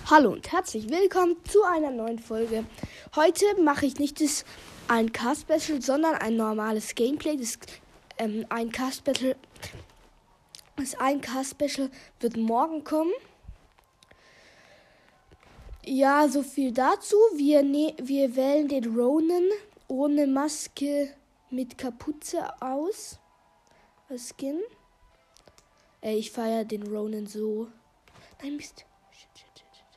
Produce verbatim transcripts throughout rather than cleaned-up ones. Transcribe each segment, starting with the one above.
Hallo und herzlich willkommen zu einer neuen Folge. Heute mache ich nicht das ein Cast-Special, sondern ein normales Gameplay. Das ähm, ein Cast-Special, das ein Cast-Special wird morgen kommen. Ja, so viel dazu. Wir, ne- wir wählen den Ronin ohne Maske mit Kapuze aus. Als Skin. Ey, ich feiere den Ronin so. Nein, Mist. Shit, shit, shit, shit.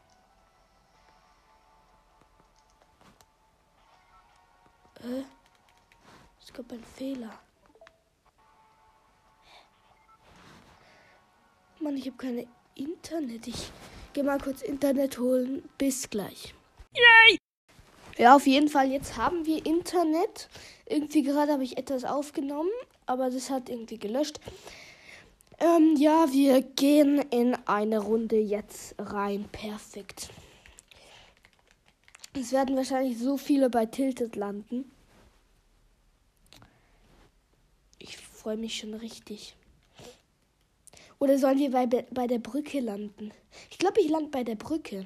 Äh, es gab einen Fehler. Mann, ich habe keine Internet. Ich gehe mal kurz Internet holen. Bis gleich. Yay! Ja, auf jeden Fall. Jetzt haben wir Internet. Irgendwie gerade habe ich etwas aufgenommen, aber das hat irgendwie gelöscht. Ähm, ja, wir gehen in eine Runde jetzt rein. Perfekt. Es werden wahrscheinlich so viele bei Tilted landen. Ich freue mich schon richtig. Oder sollen wir bei, bei der Brücke landen? Ich glaube, ich lande bei der Brücke.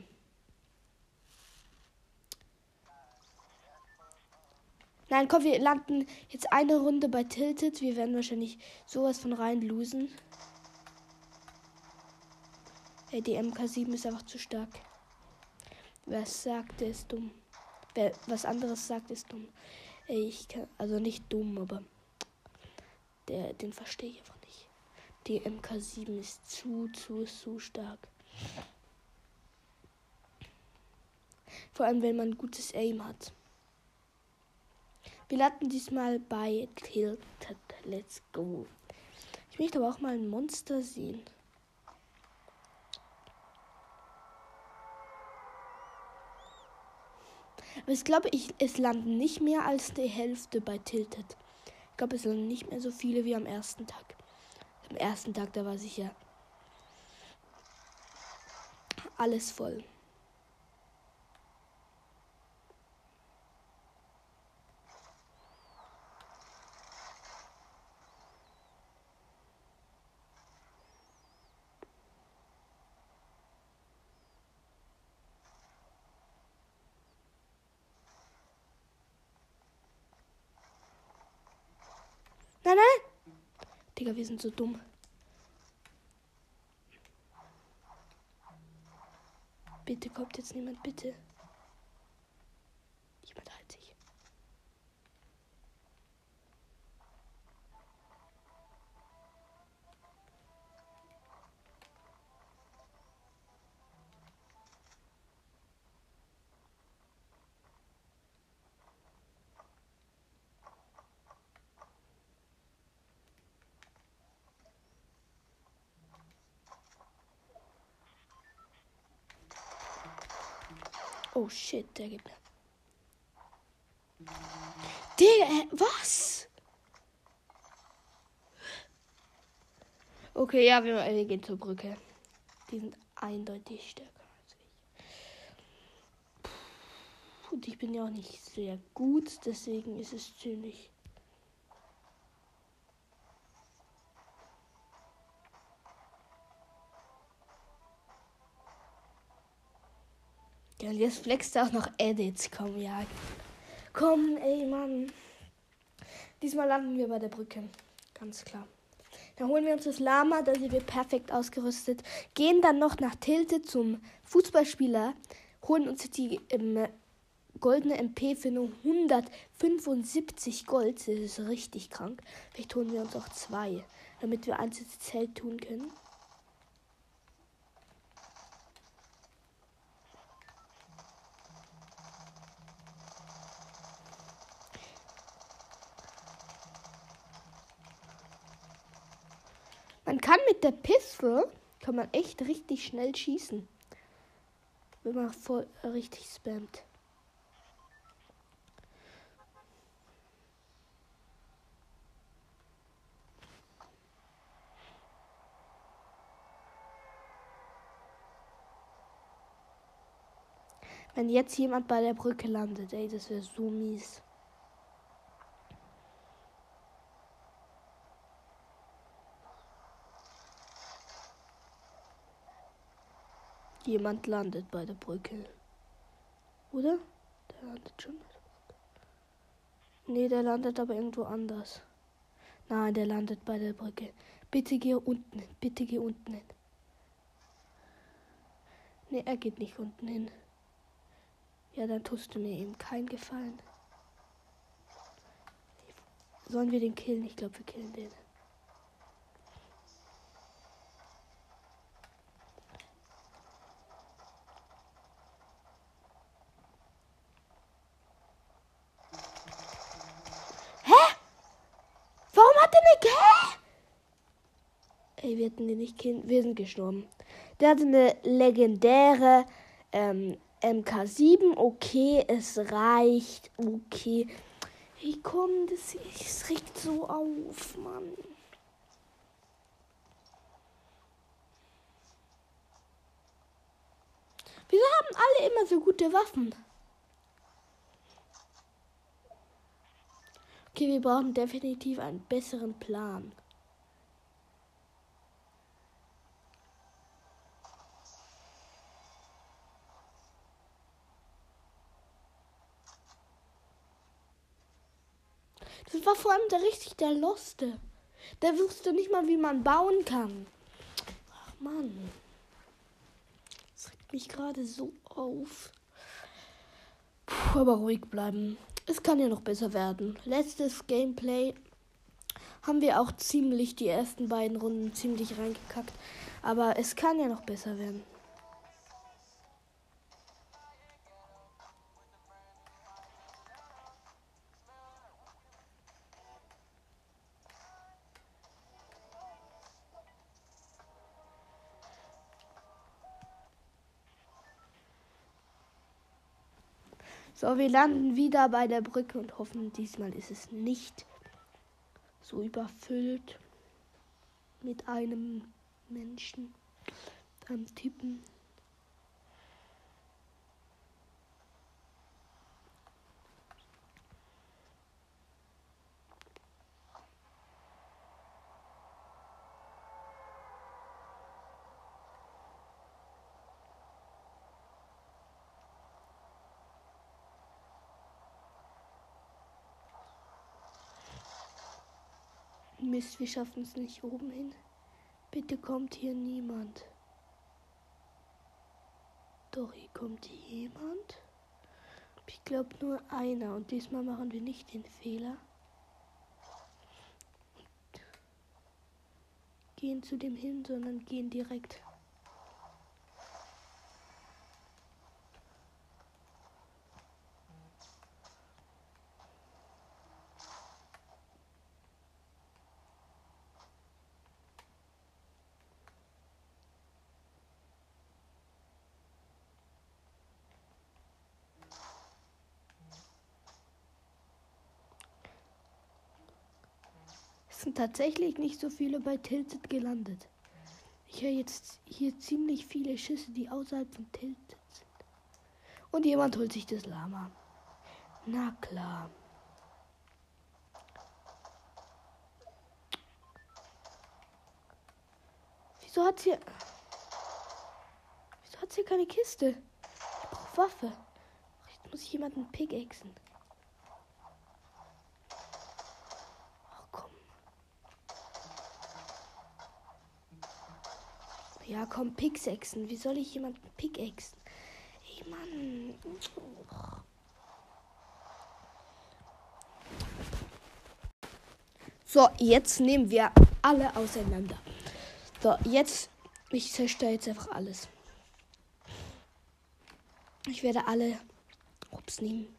Nein, komm, wir landen jetzt eine Runde bei Tilted. Wir werden wahrscheinlich sowas von rein losen. Ey, die M K sieben ist einfach zu stark. Wer sagt, der ist dumm. Wer was anderes sagt, ist dumm. Ey, ich kann, also nicht dumm, aber der, den verstehe ich einfach nicht. Die M K sieben ist zu, zu, zu stark. Vor allem, wenn man gutes Aim hat. Wir landen diesmal bei Tilted. Let's go. Ich möchte aber auch mal ein Monster sehen. Aber ich glaube, ich, es landen nicht mehr als die Hälfte bei Tilted. Ich glaube, es landen nicht mehr so viele wie am ersten Tag. Am ersten Tag, da war sicher alles voll. Nein, nein! Digga, wir sind so dumm. Bitte kommt jetzt niemand, bitte. Jemand halt sich. Oh shit, der Gegner. Digga, äh, was? Okay, ja, wir, wir gehen zur Brücke. Die sind eindeutig stärker als ich. Und ich bin ja auch nicht sehr gut, deswegen ist es ziemlich. Ja, und jetzt flext er auch noch Edits. Komm, ja. Komm, ey, Mann. Diesmal landen wir bei der Brücke. Ganz klar. Dann holen wir uns das Lama, da sind wir perfekt ausgerüstet. Gehen dann noch nach Tilted zum Fußballspieler. Holen uns die ähm, goldene M P für nur hundertfünfundsiebzig Gold. Das ist richtig krank. Vielleicht holen wir uns auch zwei, damit wir eins ins Zelt tun können. Man kann mit der Pistole, kann man echt richtig schnell schießen. Wenn man voll äh, richtig spammt. Wenn jetzt jemand bei der Brücke landet, ey, das wäre so mies. Jemand landet bei der Brücke. Oder? Der landet schon. Nee, der landet aber irgendwo anders. Nein, der landet bei der Brücke. Bitte geh unten hin. Bitte geh unten hin. Nee, er geht nicht unten hin. Ja, dann tust du mir eben keinen Gefallen. Sollen wir den killen? Ich glaube, wir killen den. Warum hat der eine Hä? Ey, wir hätten den nicht killen. Wir sind gestorben. Der hatte eine legendäre ähm, M K sieben. Okay, es reicht. Okay. Hey, komm, das, das regt so auf, Mann. Wieso haben alle immer so gute Waffen? Okay, wir brauchen definitiv einen besseren Plan. Das war vor allem der richtig der Loste. Der wusste nicht mal, wie man bauen kann. Ach Mann. Das regt mich gerade so auf. Puh, aber ruhig bleiben. Es kann ja noch besser werden. Letztes Gameplay haben wir auch ziemlich die ersten beiden Runden ziemlich reingekackt. Aber es kann ja noch besser werden. So, wir landen wieder bei der Brücke und hoffen, diesmal ist es nicht so überfüllt mit einem Menschen, einem Typen. Mist, wir schaffen es nicht oben hin. Bitte kommt hier niemand. Doch, hier kommt jemand. Ich glaube nur einer. Und diesmal machen wir nicht den Fehler. Und gehen zu dem hin, sondern gehen direkt. Es sind tatsächlich nicht so viele bei Tilted gelandet. Ich höre jetzt hier ziemlich viele Schüsse, die außerhalb von Tilted sind. Und jemand holt sich das Lama. Na klar. Wieso hat sie... Wieso hat sie keine Kiste? Ich brauche Waffe. Jetzt muss ich jemanden pickaxen. Ja, komm, Pickaxen. Wie soll ich jemanden pickaxen? Ey, Mann. So, jetzt nehmen wir alle auseinander. So, jetzt... Ich zerstöre jetzt einfach alles. Ich werde alle... Ups, nehmen.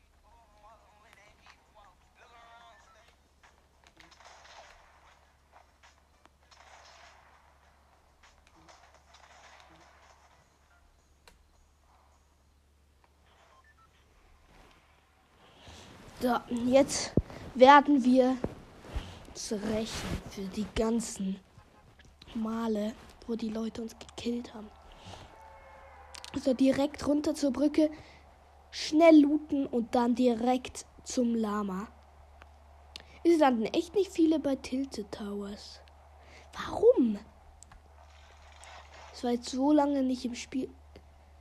So, jetzt werden wir uns rächen für die ganzen Male, wo die Leute uns gekillt haben. So, direkt runter zur Brücke, schnell looten und dann direkt zum Lama. Es landen echt nicht viele bei Tilted Towers. Warum? Es war jetzt so lange nicht im Spiel.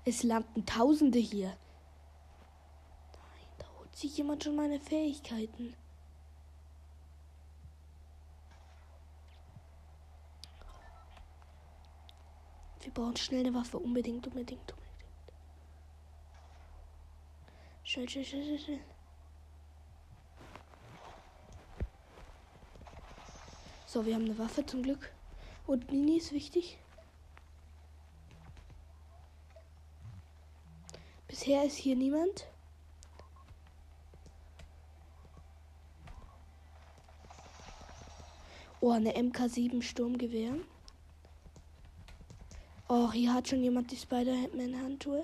Es landen Tausende hier. Nein, da holt sich jemand schon meine Fähigkeiten. Wir brauchen schnell eine Waffe. Unbedingt, unbedingt, unbedingt. Schnell, schnell, schnell, schnell, schnell. So, wir haben eine Waffe zum Glück. Und Mini ist wichtig. Bisher ist hier niemand. Oh, eine M K sieben Sturmgewehr. Oh, hier hat schon jemand die Spider-Man-Handschuhe.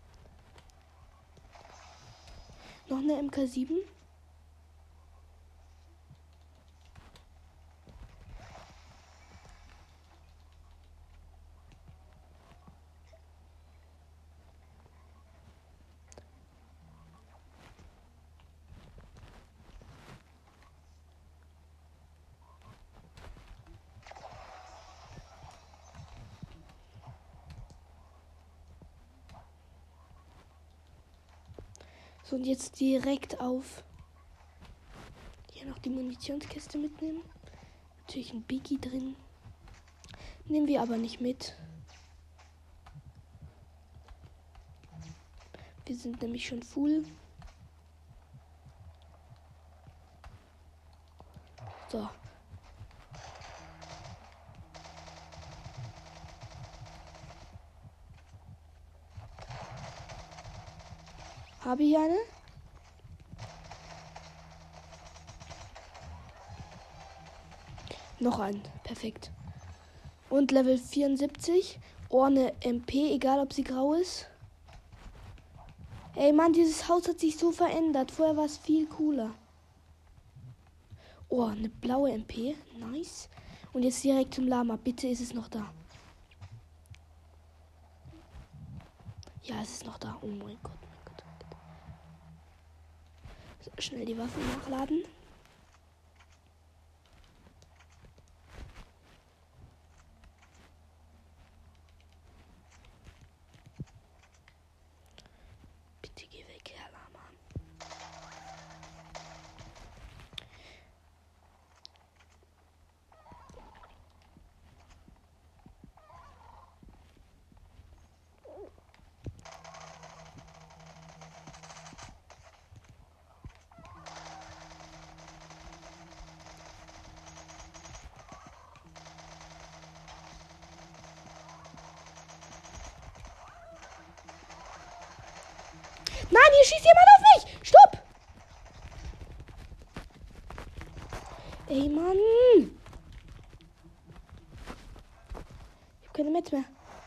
Noch eine M K sieben. So, und jetzt direkt auf. Hier noch die Munitionskiste mitnehmen. Natürlich ein Biggie drin. Nehmen wir aber nicht mit. Wir sind nämlich schon full. So. Habe ich eine? Noch einen. Perfekt. Und Level vierundsiebzig. Oh, eine M P, egal ob sie grau ist. Ey, Mann, dieses Haus hat sich so verändert. Vorher war es viel cooler. Oh, eine blaue M P. Nice. Und jetzt direkt zum Lama. Bitte ist es noch da. Ja, es ist noch da. Oh mein Gott, mein Gott, mein Gott. So, schnell die Waffen nachladen. Bitte geh weg, Herr Lama. Nein, hier schießt jemand auf mich! Stopp! Ey, Mann! Ich hab keine Metz mehr.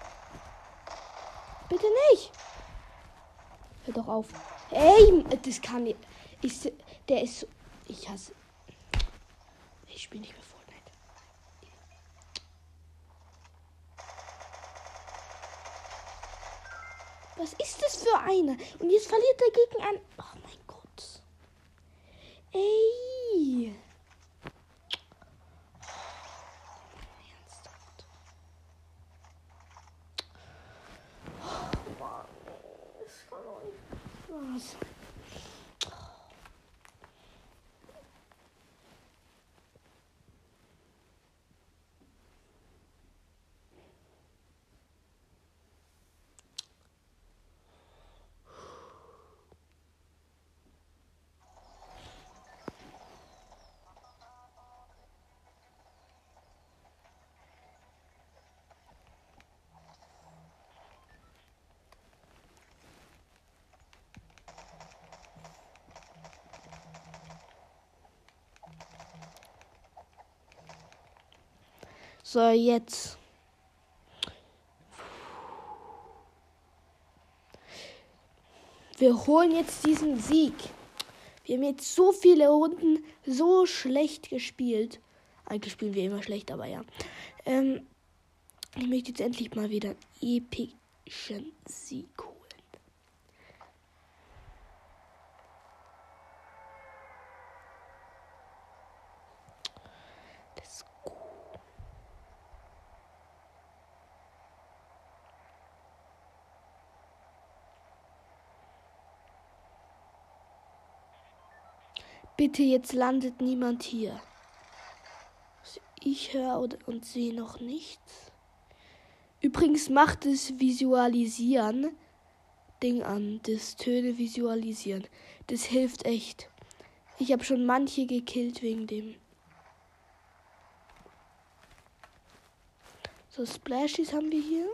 Bitte nicht! Hör doch auf. Ey, das kann nicht. Ich, der ist so. Ich hasse. Ich spiele nicht mehr Fortnite. Was ist das für einer? Und jetzt verliert er gegen einen. Oh mein Gott. Ey. Ernsthaft. Oh Mann. Das kann doch nicht wahr sein. So, jetzt. Wir holen jetzt diesen Sieg. Wir haben jetzt so viele Runden so schlecht gespielt. Eigentlich spielen wir immer schlecht, aber ja. Ähm, ich möchte jetzt endlich mal wieder einen epischen Sieg holen. Let's go. Bitte, jetzt landet niemand hier. Ich höre und sehe noch nichts. Übrigens macht das Visualisieren Ding an. Das Töne visualisieren. Das hilft echt. Ich habe schon manche gekillt wegen dem. So, Splashies haben wir hier.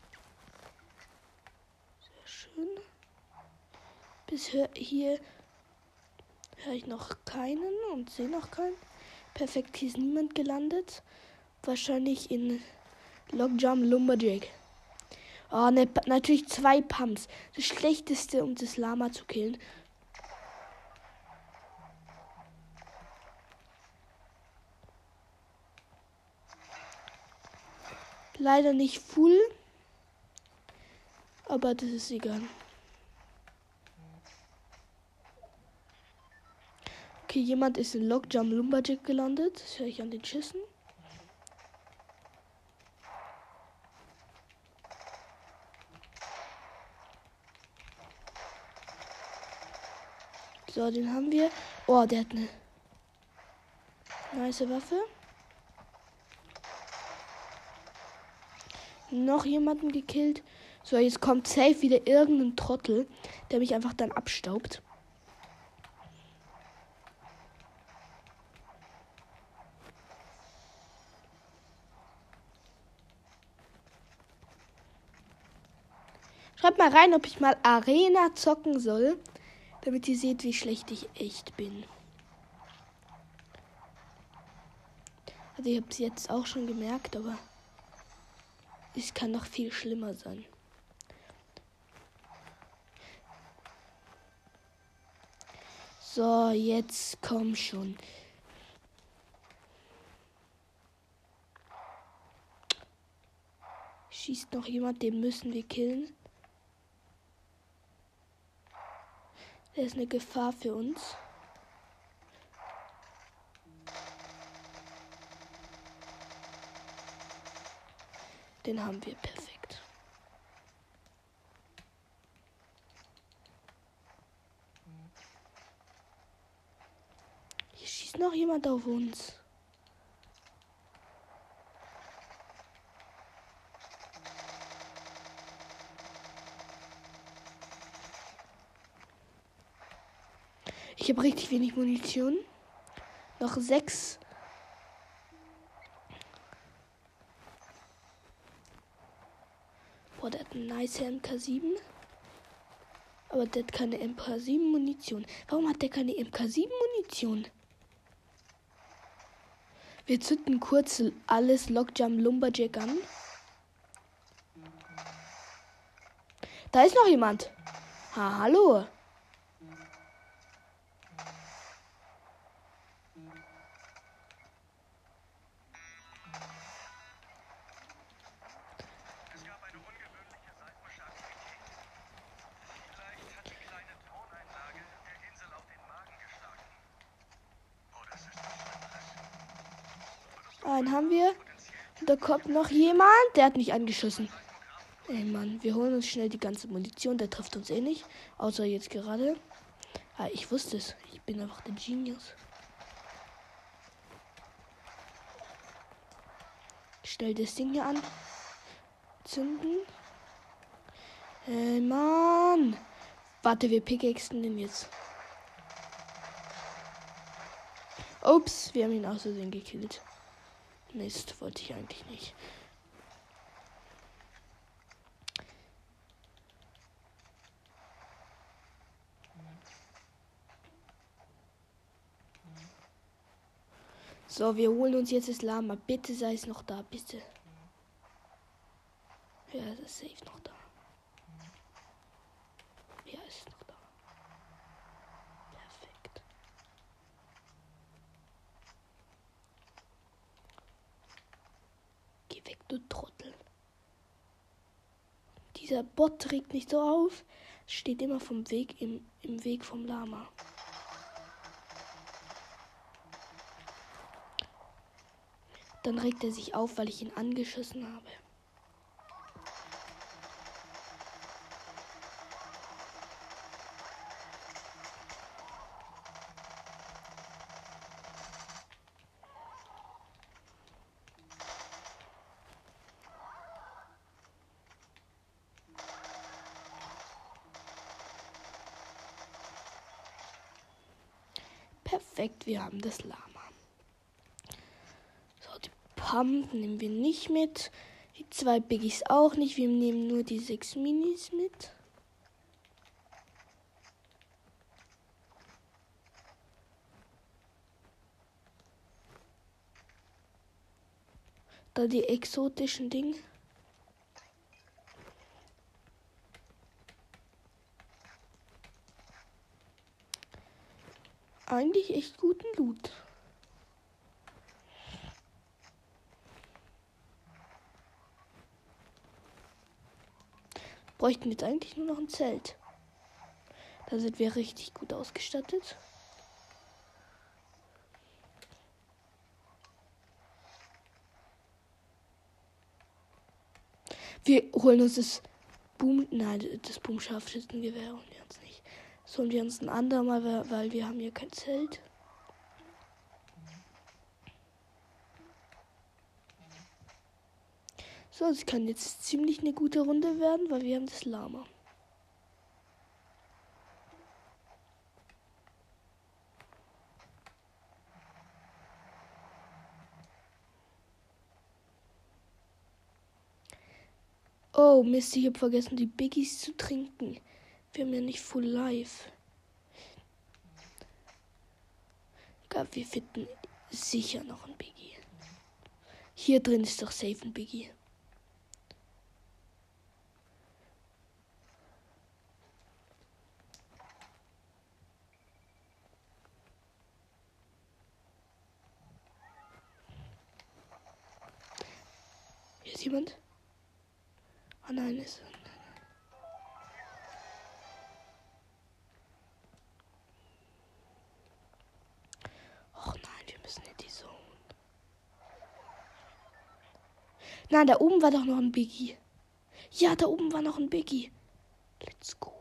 Sehr schön. Bis hier höre ich noch keinen und sehe noch keinen. Perfekt, hier ist niemand gelandet. Wahrscheinlich in Logjam Lumberjack. Oh, ne, natürlich zwei Pumps. Das Schlechteste, um das Lama zu killen. Leider nicht full. Aber das ist egal. Okay, jemand ist in Logjam Lumberjack gelandet. Das höre ich an den Schüssen. So, den haben wir. Oh, der hat eine nice Waffe. Noch jemanden gekillt. So, jetzt kommt safe wieder irgendein Trottel, der mich einfach dann abstaubt. Schreibt mal rein, ob ich mal Arena zocken soll, damit ihr seht, wie schlecht ich echt bin. Also ich habe es jetzt auch schon gemerkt, aber es kann noch viel schlimmer sein. So, jetzt komm schon. Schießt noch jemand, den müssen wir killen. Der ist eine Gefahr für uns. Den haben wir perfekt. Hier schießt noch jemand auf uns. Ich habe richtig wenig Munition. Noch sechs. Boah, der hat eine nice M K sieben. Aber der hat keine M K sieben Munition. Warum hat der keine M K sieben Munition? Wir zünden kurz alles Logjam Lumberjack an. Da ist noch jemand. Ha, hallo. Einen haben wir. Und da kommt noch jemand. Der hat mich angeschossen. Ey Mann, wir holen uns schnell die ganze Munition. Der trifft uns eh nicht. Außer jetzt gerade. Ah, ich wusste es. Ich bin einfach der Genius. Schnell das Ding hier an. Zünden. Ey Mann. Warte, wir pickaxen den jetzt. Ups, wir haben ihn aus Versehen gekillt. Mist, wollte ich eigentlich nicht. So, wir holen uns jetzt das Lama. Bitte sei es noch da, bitte. Ja, das ist safe noch da. Ja, ist noch da. Perfekt. Geh weg, du Trottel. Dieser Bot regt nicht so auf. Steht immer vom Weg im, im Weg vom Lama. Dann regt er sich auf, weil ich ihn angeschossen habe. Perfekt, wir haben das Lama. So, die Pump nehmen wir nicht mit. Die zwei Biggies auch nicht. Wir nehmen nur die sechs Minis mit. Da die exotischen Dinge. Eigentlich echt guten Loot. Bräuchten jetzt eigentlich nur noch ein Zelt. Da sind wir richtig gut ausgestattet. Wir holen uns das Boom... Nein, das Boom-Scharfschützengewehr holen wir uns nicht. Das holen wir uns ein andermal, weil wir haben hier kein Zelt. So, es kann jetzt ziemlich eine gute Runde werden, weil wir haben das Lama. Oh Mist, ich habe vergessen, die Biggies zu trinken. Wir haben ja nicht Full Life. Ich glaube, wir finden sicher noch ein Biggie. Hier drin ist doch safe ein Biggie. Hier ist jemand. Oh nein, ist... Och nein, wir müssen in die Zone. Nein, da oben war doch noch ein Biggie. Ja, da oben war noch ein Biggie. Let's go.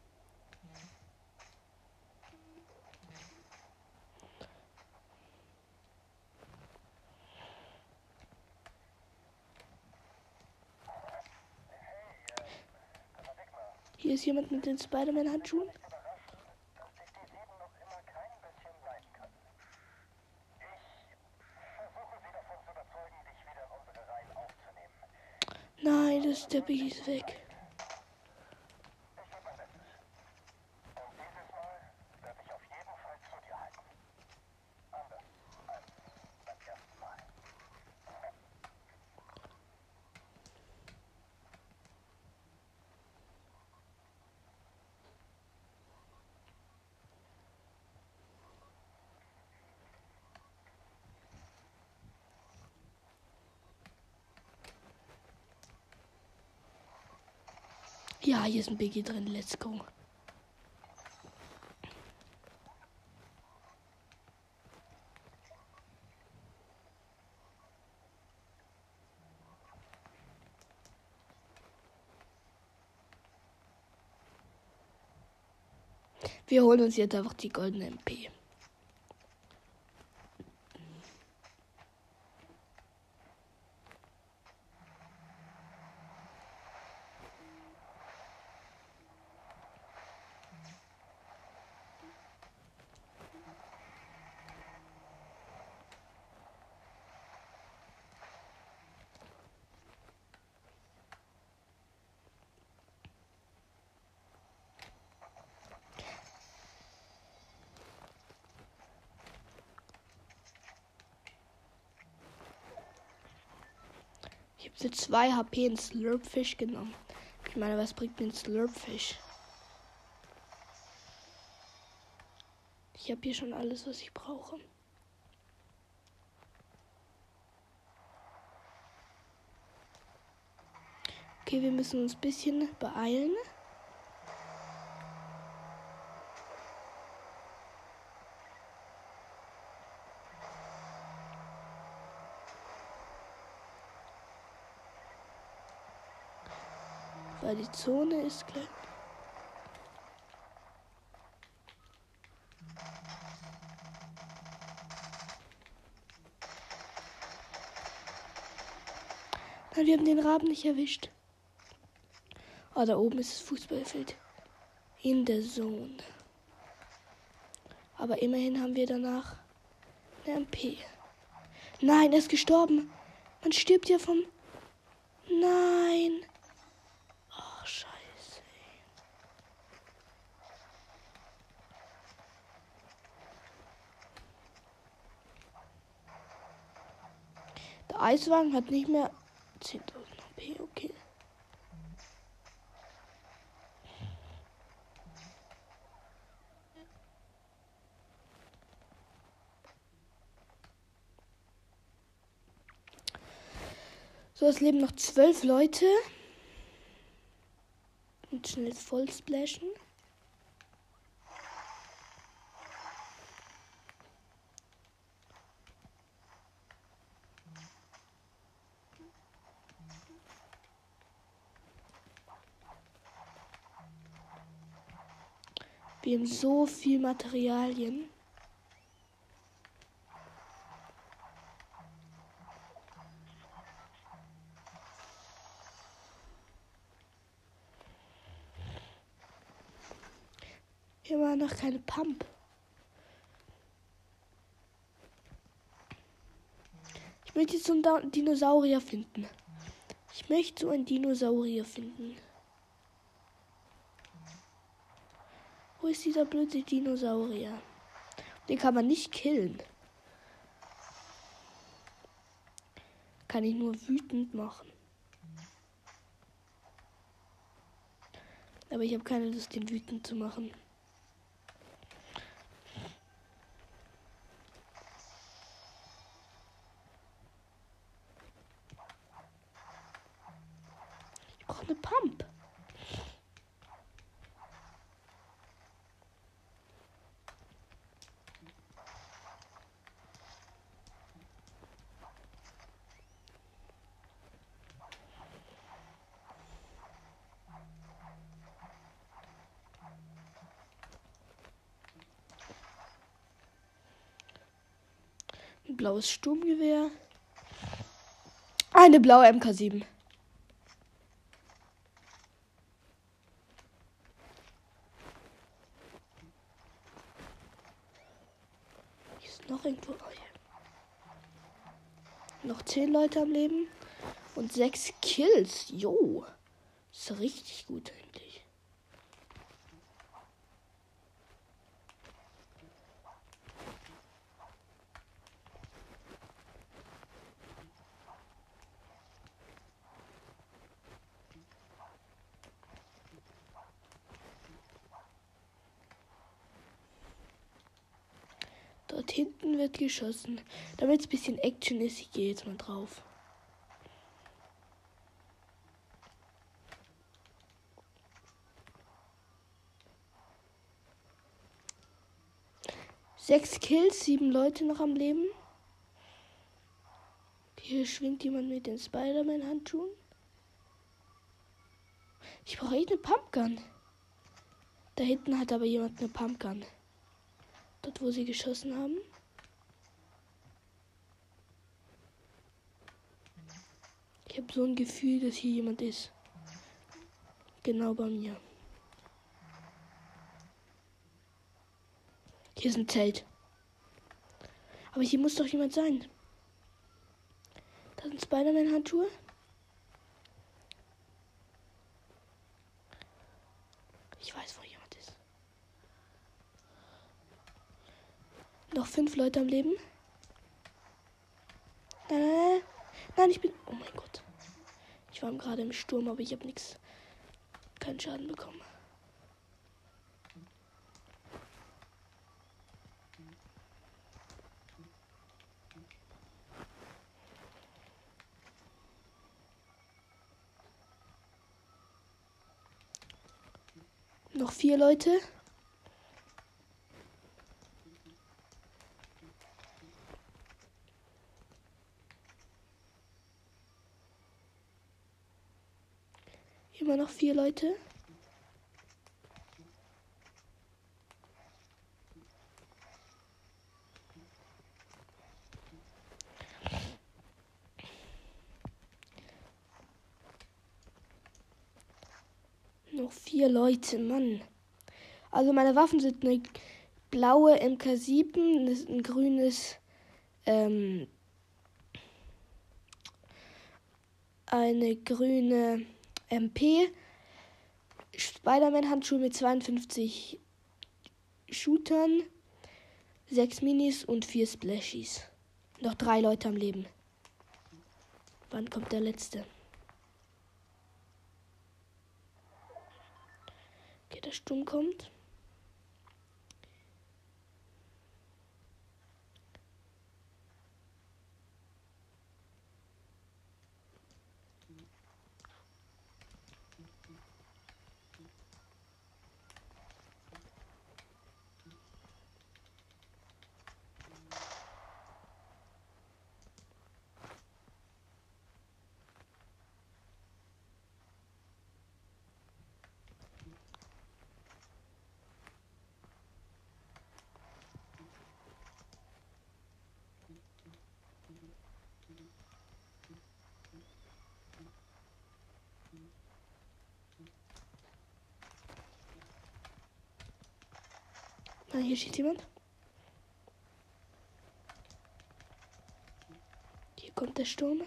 Hier ist jemand mit den Spider-Man-Handschuhen. Nein, das der Biggie ist weg. Ja, hier ist ein Biggie drin. Let's go. Wir holen uns jetzt einfach die goldene M P. Ich habe für zwei H P einen Slurpfish genommen. Ich meine, was bringt mir ein Slurpfish? Ich habe hier schon alles, was ich brauche. Okay, wir müssen uns ein bisschen beeilen. Weil die Zone ist gleich. Nein, wir haben den Raben nicht erwischt. Ah, da oben ist das Fußballfeld. In der Zone. Aber immerhin haben wir danach eine M P. Nein, er ist gestorben. Man stirbt ja vom... Nein. Oh, scheiße. Der Eiswagen hat nicht mehr zehntausend H P, okay. So, es leben noch zwölf Leute. Und schnell voll splashen. Wir haben so viel Materialien. Hier war noch keine Pump. Ich möchte jetzt so einen Dinosaurier finden. Ich möchte so einen Dinosaurier finden. Wo ist dieser blöde Dinosaurier? Den kann man nicht killen. Kann ich nur wütend machen. Aber ich habe keine Lust, den wütend zu machen. Ich brauche eine Pump. Ein blaues Sturmgewehr. Eine blaue M K sieben. Hier ist noch irgendwo. Oh, hier. Noch zehn Leute am Leben. Und sechs Kills. Jo. Ist richtig gut eigentlich. Dort hinten wird geschossen. Damit es ein bisschen Action ist, ich gehe jetzt mal drauf. Sechs Kills, sieben Leute noch am Leben. Hier schwingt jemand mit den Spider-Man-Handschuhen. Ich brauche echt eine Pumpgun. Da hinten hat aber jemand eine Pumpgun. Dort, wo sie geschossen haben. Ich habe so ein Gefühl, dass hier jemand ist. Genau bei mir. Hier ist ein Zelt. Aber hier muss doch jemand sein. Da sind Spider-Man-Handschuhe. Ich weiß, wo jemand ist. Noch fünf Leute am Leben. Nein, nein, nein. Nein, ich bin... Oh mein Gott. Ich war gerade im Sturm, aber ich habe nichts... Keinen Schaden bekommen. Noch vier Leute. Immer noch vier Leute. Noch vier Leute, Mann. Also meine Waffen sind eine blaue M K sieben, ein grünes, ähm, eine grüne M P, Spider-Man-Handschuhe mit zweiundfünfzig Shootern, sechs Minis und vier Splashies. Noch drei Leute am Leben. Wann kommt der letzte? Okay, der Sturm kommt. Ah, hier steht jemand. Hier kommt der Sturm.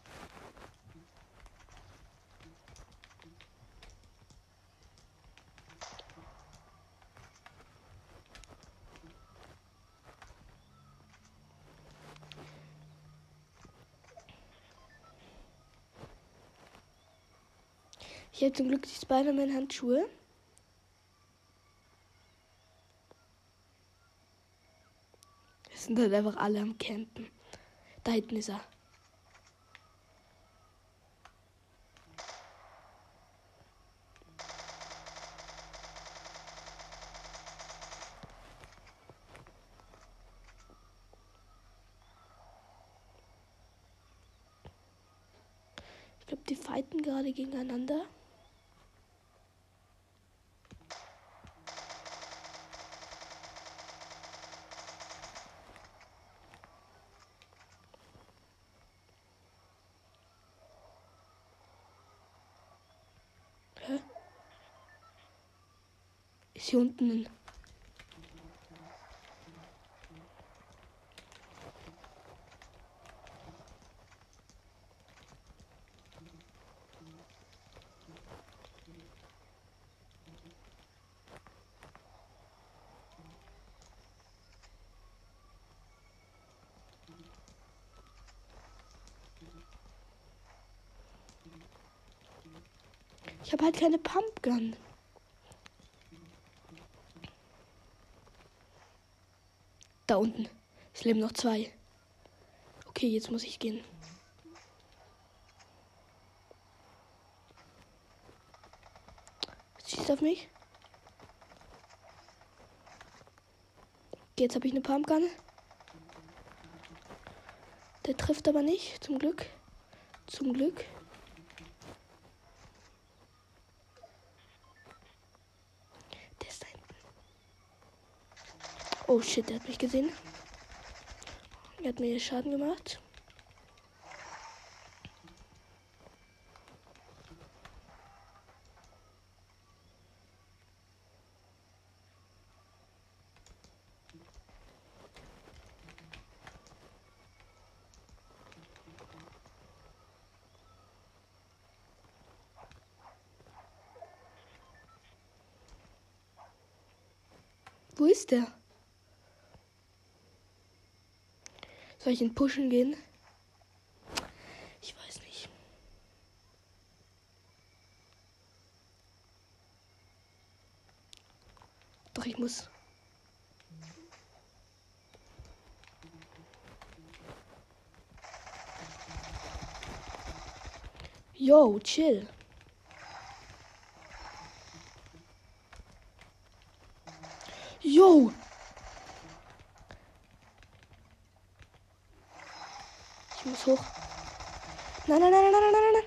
Ich habe zum Glück die Spider-Man-Handschuhe. Es sind halt einfach alle am Campen. Da hinten ist er. Ich glaube, die fighten gerade gegeneinander. Hä? Ist hier unten ein... Ich habe halt keine Pumpgun. Da unten. Es leben noch zwei. Okay, jetzt muss ich gehen. Schießt auf mich. Okay, jetzt habe ich eine Pumpgun. Der trifft aber nicht, zum Glück. Zum Glück. Der ist da hinten. Oh shit, der hat mich gesehen. Er hat mir Schaden gemacht. Wo ist der? Soll ich ihn pushen gehen? Ich weiß nicht. Doch, ich muss. Yo, chill. Yo! Ich muss hoch. Nein, nein, nein, nein, nein, nein, nein.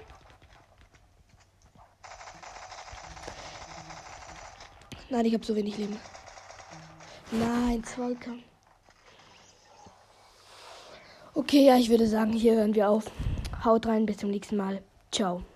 Nein, ich habe so wenig Leben. Nein, Zweikampf. Okay, ja, ich würde sagen, hier hören wir auf. Haut rein, bis zum nächsten Mal. Ciao.